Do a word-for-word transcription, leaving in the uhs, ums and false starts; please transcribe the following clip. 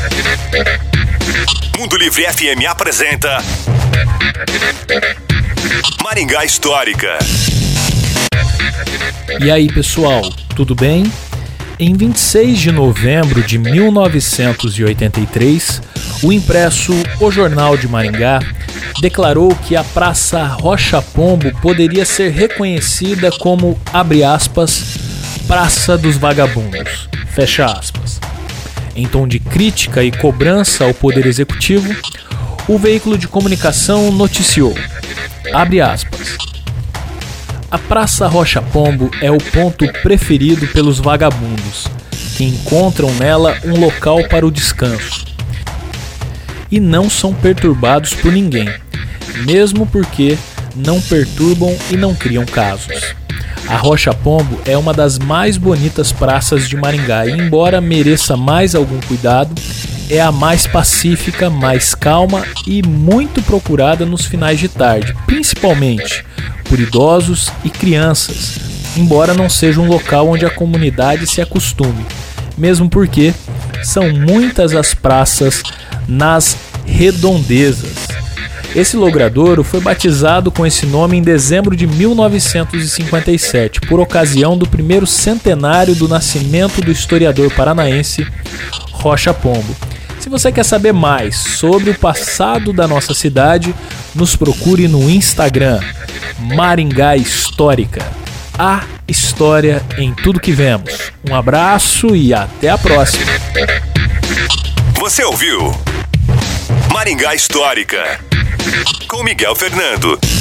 Mundo Livre F M apresenta Maringá Histórica. E aí, pessoal, tudo bem? Em vinte e seis de novembro de mil novecentos e oitenta e três, o impresso O Jornal de Maringá declarou que a Praça Rocha Pombo poderia ser reconhecida como, abre aspas, Praça dos Vagabundos, fecha aspas. Em tom de crítica e cobrança ao Poder Executivo, o veículo de comunicação noticiou, abre aspas, a Praça Rocha Pombo é o ponto preferido pelos vagabundos, que encontram nela um local para o descanso. E não são perturbados por ninguém, mesmo porque não perturbam e não criam casos. A Rocha Pombo é uma das mais bonitas praças de Maringá e, embora mereça mais algum cuidado, é a mais pacífica, mais calma e muito procurada nos finais de tarde, principalmente por idosos e crianças, embora não seja um local onde a comunidade se acostume, mesmo porque são muitas as praças nas redondezas. Esse logradouro foi batizado com esse nome em dezembro de mil novecentos e cinquenta e sete, por ocasião do primeiro centenário do nascimento do historiador paranaense Rocha Pombo. Se você quer saber mais sobre o passado da nossa cidade, nos procure no Instagram, Maringá Histórica. A história em tudo que vemos. Um abraço e até a próxima. Você ouviu Maringá Histórica com Miguel Fernando.